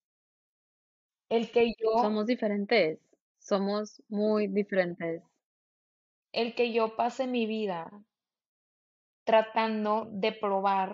Speaker 2: El que yo,
Speaker 1: Somos diferentes, somos muy diferentes.
Speaker 2: el que yo pase mi vida tratando de probar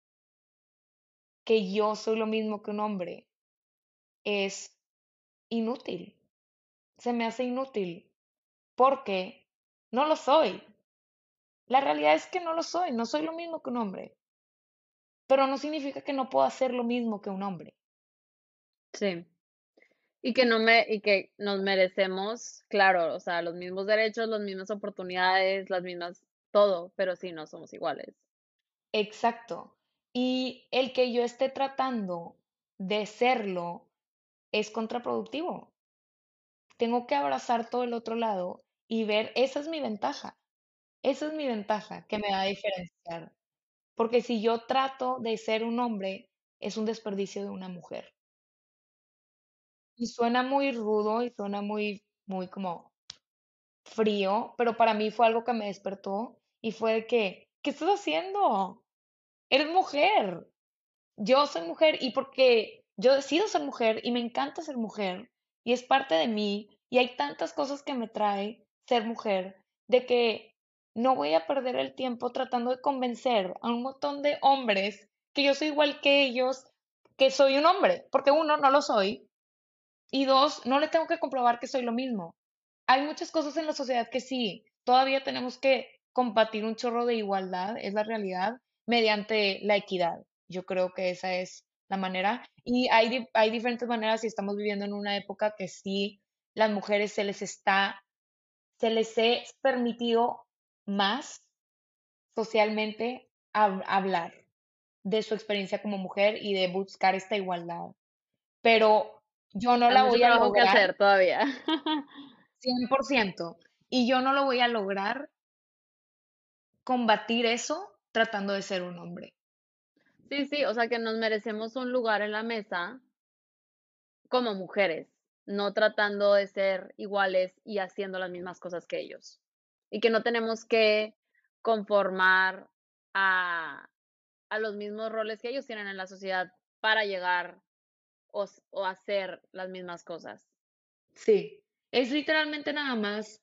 Speaker 2: que yo soy lo mismo que un hombre es inútil. Se me hace inútil porque no lo soy. La realidad es que no lo soy, no soy lo mismo que un hombre, pero no significa que no puedo hacer lo mismo que un hombre.
Speaker 1: Sí. Y que nos merecemos, claro, o sea, los mismos derechos, las mismas oportunidades, las mismas todo, pero sí, no somos iguales.
Speaker 2: Exacto. Y el que yo esté tratando de serlo es contraproductivo. Tengo que abrazar todo el otro lado y ver, esa es mi ventaja. Esa es mi ventaja que me va a diferenciar. Porque si yo trato de ser un hombre, es un desperdicio de una mujer. Y suena muy rudo y suena muy como frío, pero para mí fue algo que me despertó y fue de que, ¿qué estás haciendo? Eres mujer. Yo soy mujer y porque yo decido ser mujer y me encanta ser mujer y es parte de mí y hay tantas cosas que me trae ser mujer de que no voy a perder el tiempo tratando de convencer a un montón de hombres que yo soy igual que ellos, que soy un hombre, porque uno, no lo soy y dos, no le tengo que comprobar que soy lo mismo. Hay muchas cosas en la sociedad que sí, todavía tenemos que combatir un chorro de igualdad, es la realidad, mediante la equidad. Yo creo que esa es la manera. Y hay diferentes maneras y estamos viviendo en una época que sí, las mujeres se les es permitido más socialmente hablar de su experiencia como mujer y de buscar esta igualdad. Pero yo no
Speaker 1: Hay
Speaker 2: la
Speaker 1: mucho
Speaker 2: voy a
Speaker 1: trabajo que
Speaker 2: lograr
Speaker 1: hacer todavía.
Speaker 2: 100% y yo no lo voy a lograr combatir eso tratando de ser un hombre.
Speaker 1: Sí, sí, o sea, que nos merecemos un lugar en la mesa como mujeres, no tratando de ser iguales y haciendo las mismas cosas que ellos. Y que no tenemos que conformar a los mismos roles que ellos tienen en la sociedad para llegar o hacer las mismas cosas.
Speaker 2: Sí, es literalmente nada más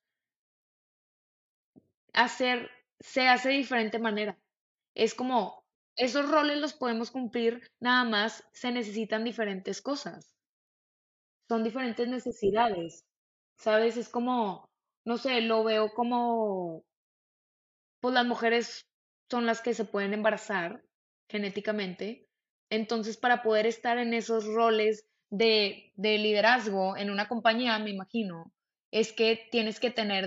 Speaker 2: hacer, se hace de diferente manera. Es como, esos roles los podemos cumplir, nada más se necesitan diferentes cosas, son diferentes necesidades, ¿sabes? Es como, no sé, lo veo como pues las mujeres son las que se pueden embarazar genéticamente. Entonces, para poder estar en esos roles de liderazgo en una compañía, me imagino, es que tienes que tener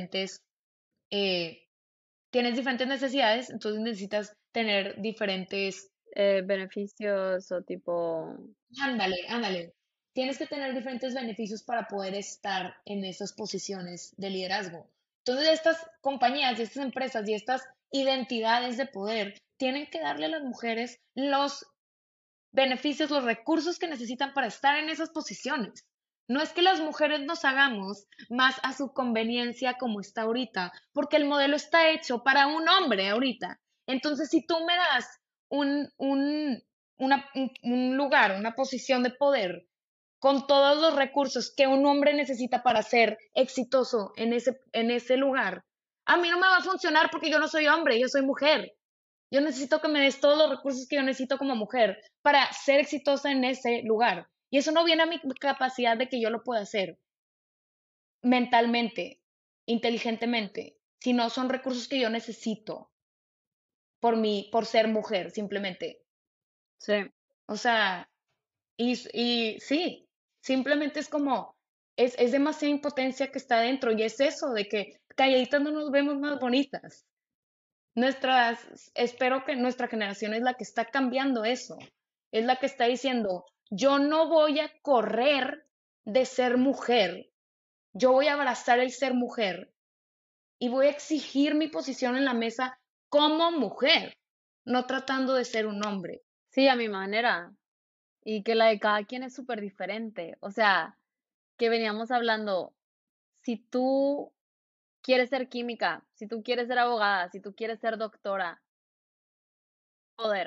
Speaker 2: eh, tienes diferentes necesidades, entonces necesitas tener diferentes.
Speaker 1: Beneficios o tipo,
Speaker 2: Ándale, ándale. Tienes que tener diferentes beneficios para poder estar en esas posiciones de liderazgo. Entonces, estas compañías y estas empresas y estas identidades de poder tienen que darle a las mujeres los beneficios, los recursos que necesitan para estar en esas posiciones. No es que las mujeres nos hagamos más a su conveniencia como está ahorita, porque el modelo está hecho para un hombre ahorita. Entonces, si tú me das un, un, un lugar, una posición de poder, con todos los recursos que un hombre necesita para ser exitoso en ese lugar, a mí no me va a funcionar porque yo no soy hombre, yo soy mujer. Yo necesito que me des todos los recursos que yo necesito como mujer para ser exitosa en ese lugar. Y eso no viene a mi capacidad de que yo lo pueda hacer mentalmente, inteligentemente, sino son recursos que yo necesito por ser mujer, simplemente.
Speaker 1: sí,
Speaker 2: O sea, y sí, simplemente es como, es demasiada impotencia que está dentro y es eso de que calladitas no nos vemos más bonitas. Espero que nuestra generación es la que está cambiando eso, es la que está diciendo, yo no voy a correr de ser mujer, yo voy a abrazar el ser mujer y voy a exigir mi posición en la mesa como mujer, no tratando de ser un hombre.
Speaker 1: sí, a mi manera. Y que la de cada quien es súper diferente. O sea, que veníamos hablando, si tú quieres ser química, si tú quieres ser abogada, si tú quieres ser doctora, poder.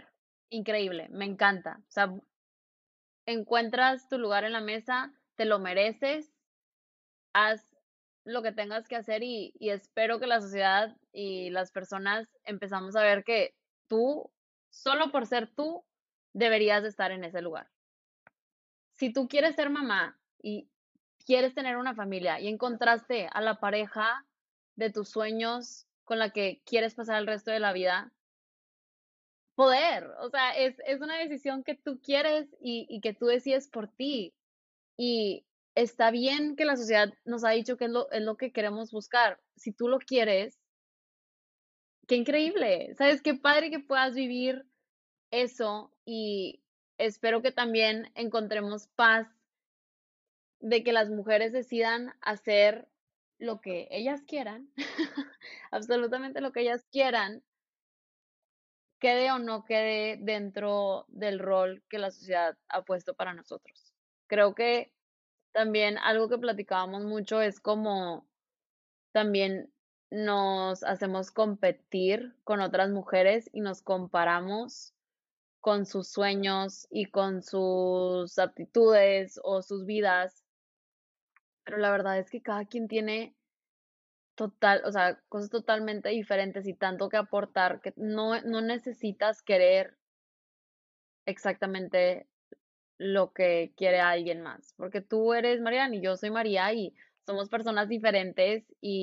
Speaker 1: increíble, me encanta. O sea, encuentras tu lugar en la mesa, te lo mereces, haz lo que tengas que hacer y espero que la sociedad y las personas empezamos a ver que tú, solo por ser tú, deberías de estar en ese lugar. Si tú quieres ser mamá y quieres tener una familia y encontraste a la pareja de tus sueños con la que quieres pasar el resto de la vida, poder, o sea, es una decisión que tú quieres y que tú decides por ti. Y está bien que la sociedad nos ha dicho que es lo que queremos buscar. Si tú lo quieres, qué increíble, ¿sabes? Qué padre que puedas vivir eso y espero que también encontremos paz de que las mujeres decidan hacer lo que ellas quieran, absolutamente lo que ellas quieran, quede o no quede dentro del rol que la sociedad ha puesto para nosotros. Creo que también algo que platicábamos mucho es como también nos hacemos competir con otras mujeres y nos comparamos con sus sueños y con sus aptitudes o sus vidas, pero la verdad es que cada quien tiene o sea, cosas totalmente diferentes y tanto que aportar que no necesitas querer exactamente lo que quiere alguien más, porque tú eres Mariana y yo soy María y somos personas diferentes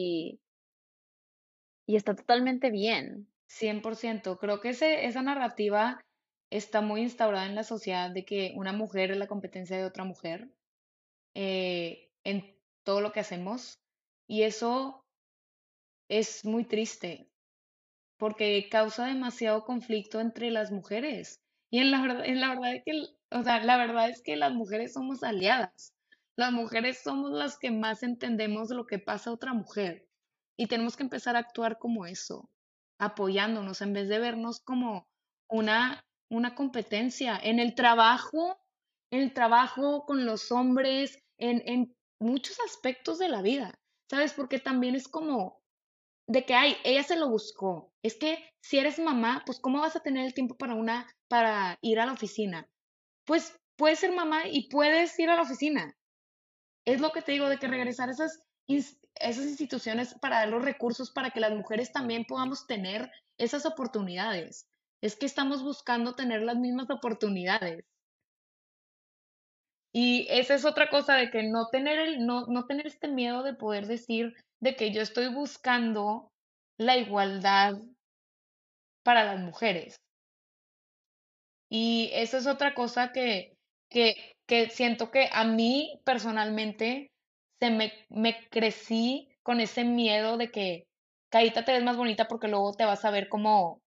Speaker 1: y está totalmente bien.
Speaker 2: 100%. Creo que esa narrativa está muy instaurada en la sociedad de que una mujer es la competencia de otra mujer en todo lo que hacemos. Y eso es muy triste porque causa demasiado conflicto entre las mujeres. Y en la verdad es que, o sea, la verdad es que las mujeres somos aliadas. Las mujeres somos las que más entendemos lo que pasa a otra mujer. Y tenemos que empezar a actuar como eso, apoyándonos en vez de vernos como una competencia en el trabajo con los hombres, en muchos aspectos de la vida, ¿sabes? Porque también es como de que, ay, ella se lo buscó. Es que si eres mamá, pues ¿cómo vas a tener el tiempo para ir a la oficina? Pues puedes ser mamá y puedes ir a la oficina. Es lo que te digo de que regresar a esas instituciones para dar los recursos para que las mujeres también podamos tener esas oportunidades. Es que estamos buscando tener las mismas oportunidades. Y esa es otra cosa de que no tener este miedo de poder decir de que yo estoy buscando la igualdad para las mujeres. Y esa es otra cosa que siento que a mí personalmente me crecí con ese miedo de que Carita te ves más bonita porque luego te vas a ver como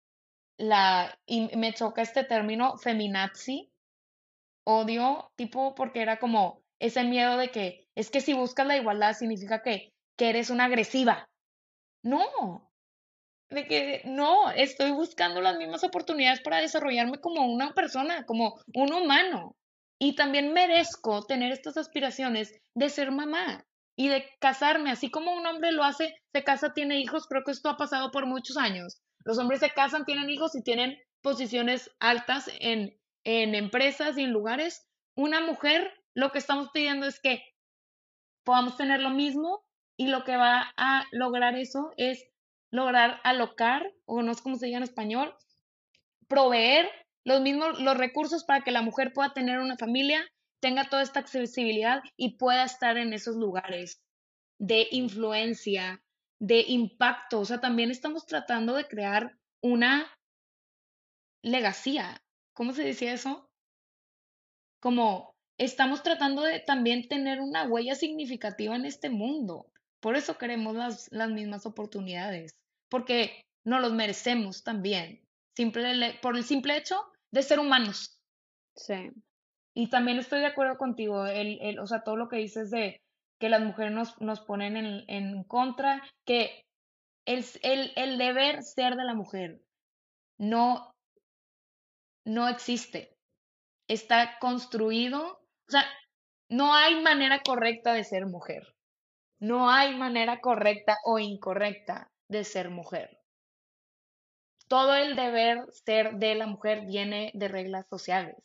Speaker 2: y me choca este término feminazi, odio, tipo, porque era como ese miedo de que es que si buscas la igualdad significa que eres una agresiva. No, de que no, estoy buscando las mismas oportunidades para desarrollarme como una persona, como un humano. Y también merezco tener estas aspiraciones de ser mamá y de casarme, así como un hombre lo hace, se casa, tiene hijos, creo que esto ha pasado por muchos años. Los hombres se casan, tienen hijos y tienen posiciones altas en empresas y en lugares. Una mujer, lo que estamos pidiendo es que podamos tener lo mismo y lo que va a lograr eso es lograr alocar, o no sé cómo se diga en español, proveer los recursos para que la mujer pueda tener una familia, tenga toda esta accesibilidad y pueda estar en esos lugares de influencia, de impacto. O sea, también estamos tratando de crear una legacía. ¿Cómo se decía eso? Como estamos tratando de también tener una huella significativa en este mundo. Por eso queremos las mismas oportunidades, porque nos los merecemos también, por el simple hecho de ser humanos.
Speaker 1: Sí,
Speaker 2: Y también estoy de acuerdo contigo, o sea, todo lo que dices de que las mujeres nos ponen en contra, que el deber ser de la mujer no, no existe. Está construido, o sea, no hay manera correcta de ser mujer. No hay manera correcta o incorrecta de ser mujer. todo el deber ser de la mujer viene de reglas sociales.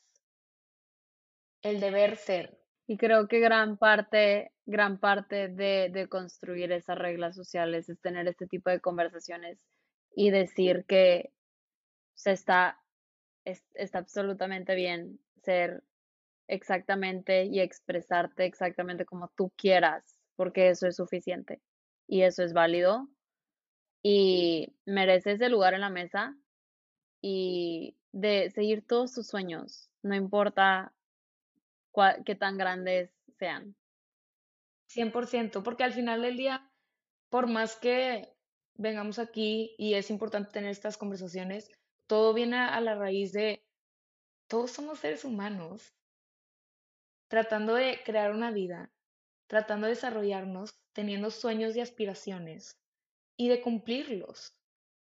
Speaker 2: El deber ser.
Speaker 1: Y creo que gran parte de construir esas reglas sociales es tener este tipo de conversaciones y decir que se está, está absolutamente bien ser exactamente y expresarte exactamente como tú quieras, porque eso es suficiente y eso es válido y mereces el lugar en la mesa y de seguir todos tus sueños, no importa qué tan grandes sean.
Speaker 2: 100%, porque al final del día, por más que vengamos aquí y es importante tener estas conversaciones, todo viene a la raíz de todos somos seres humanos tratando de crear una vida, tratando de desarrollarnos, teniendo sueños y aspiraciones y de cumplirlos.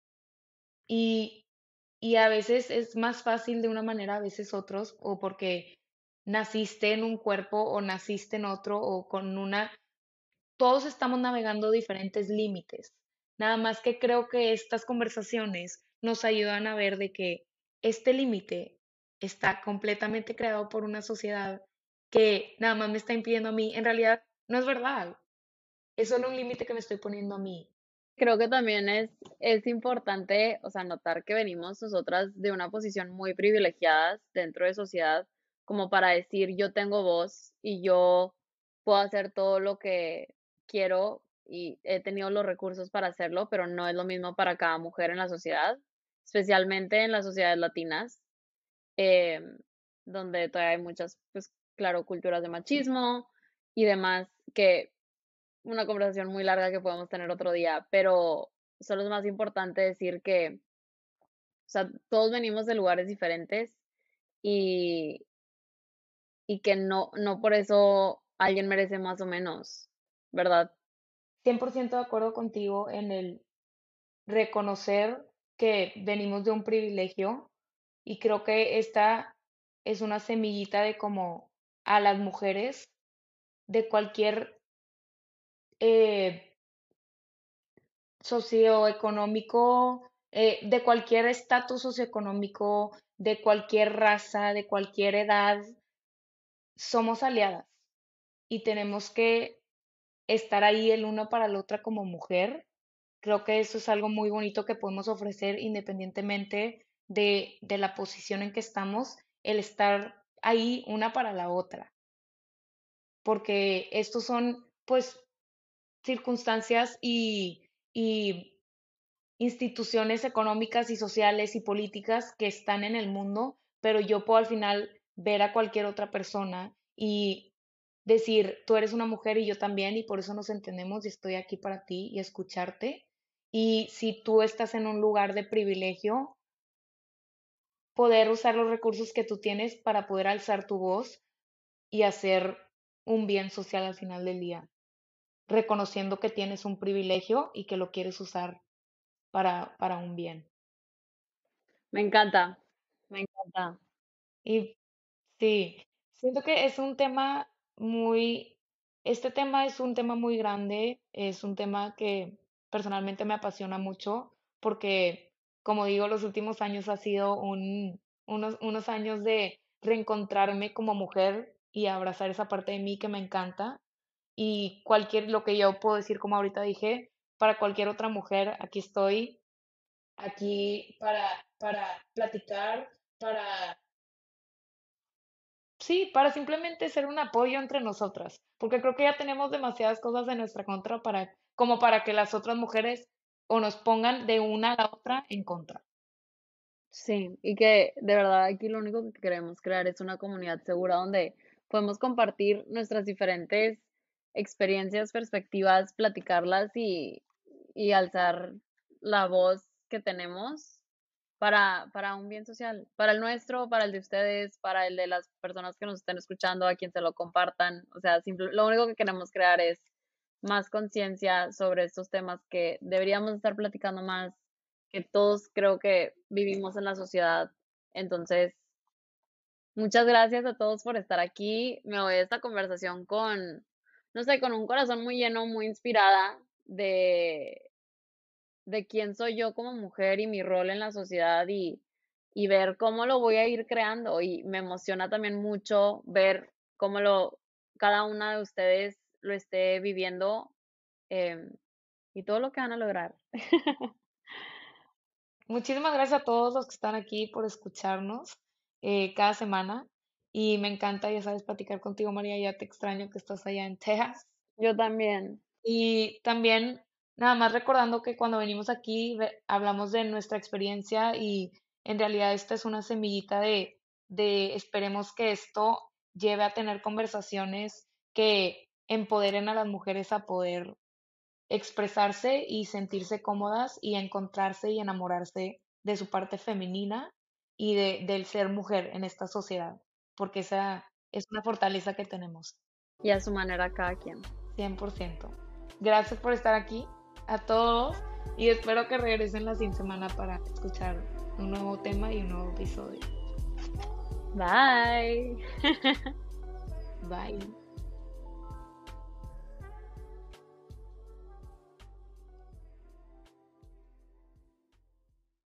Speaker 2: Y, y a veces es más fácil de una manera, a veces otros, o porque naciste en un cuerpo o naciste en otro o con una. Todos estamos navegando diferentes límites. Nada más que creo que estas conversaciones nos ayudan a ver de que este límite está completamente creado por una sociedad que nada más me está impidiendo a mí. En realidad no es verdad. Es solo un límite que me estoy poniendo a mí.
Speaker 1: Creo que también es importante, o sea, notar que venimos nosotras de una posición muy privilegiadas dentro de sociedad, como para decir yo tengo voz y yo puedo hacer todo lo que quiero y he tenido los recursos para hacerlo, pero no es lo mismo para cada mujer en la sociedad, especialmente en las sociedades latinas, em, donde todavía hay muchas, pues claro, culturas de machismo y demás que una conversación muy larga que podemos tener otro día, pero solo es más importante decir que, o sea, todos venimos de lugares diferentes y, y que no por eso alguien merece más o menos, ¿verdad?
Speaker 2: 100% de acuerdo contigo en el reconocer que venimos de un privilegio y creo que esta es una semillita de como a las mujeres de cualquier eh, socioeconómico, de cualquier estatus socioeconómico, de cualquier raza, de cualquier edad, somos aliadas y tenemos que estar ahí el uno para la otra como mujer. Creo que eso es algo muy bonito que podemos ofrecer independientemente de la posición en que estamos, el estar ahí una para la otra, porque estos son pues circunstancias y instituciones económicas y sociales y políticas que están en el mundo, pero yo puedo al final ver a cualquier otra persona y decir, tú eres una mujer y yo también, y por eso nos entendemos y estoy aquí para ti y escucharte. Y si tú estás en un lugar de privilegio, poder usar los recursos que tú tienes para poder alzar tu voz y hacer un bien social al final del día, reconociendo que tienes un privilegio y que lo quieres usar para un bien.
Speaker 1: Me encanta, me encanta.
Speaker 2: Y sí, siento que es un tema este tema es un tema muy grande, es un tema que personalmente me apasiona mucho porque, como digo, los últimos años ha sido unos años de reencontrarme como mujer y abrazar esa parte de mí que me encanta. Y lo que yo puedo decir, como ahorita dije, para cualquier otra mujer, aquí estoy, aquí para platicar, para sí, para simplemente ser un apoyo entre nosotras, porque creo que ya tenemos demasiadas cosas en nuestra contra como para que las otras mujeres o nos pongan de una a la otra en contra.
Speaker 1: Sí, y que de verdad aquí lo único que queremos crear es una comunidad segura donde podemos compartir nuestras diferentes experiencias, perspectivas, platicarlas y alzar la voz que tenemos para un bien social, para el nuestro, para el de ustedes, para el de las personas que nos estén escuchando, a quien se lo compartan. O sea, lo único que queremos crear es más conciencia sobre estos temas que deberíamos estar platicando más, que todos creo que vivimos en la sociedad. Entonces, muchas gracias a todos por estar aquí. Me voy a esta conversación con, no sé, con un corazón muy lleno, muy inspirada de quién soy yo como mujer y mi rol en la sociedad y ver cómo lo voy a ir creando. Y me emociona también mucho ver cómo cada una de ustedes lo esté viviendo, em, y todo lo que van a lograr.
Speaker 2: Muchísimas gracias a todos los que están aquí por escucharnos cada semana. Y me encanta, ya sabes, platicar contigo, María. Ya te extraño que estás allá en Texas.
Speaker 1: Yo también.
Speaker 2: Y también, nada más recordando que cuando venimos aquí hablamos de nuestra experiencia y en realidad esta es una semillita de esperemos que esto lleve a tener conversaciones que empoderen a las mujeres a poder expresarse y sentirse cómodas y encontrarse y enamorarse de su parte femenina y del ser mujer en esta sociedad, porque esa es una fortaleza que tenemos.
Speaker 1: Y a su manera cada quien.
Speaker 2: 100%. Gracias por estar aquí a todos y espero que regresen la siguiente semana para escuchar un nuevo tema y un nuevo episodio.
Speaker 1: Bye.
Speaker 2: Bye.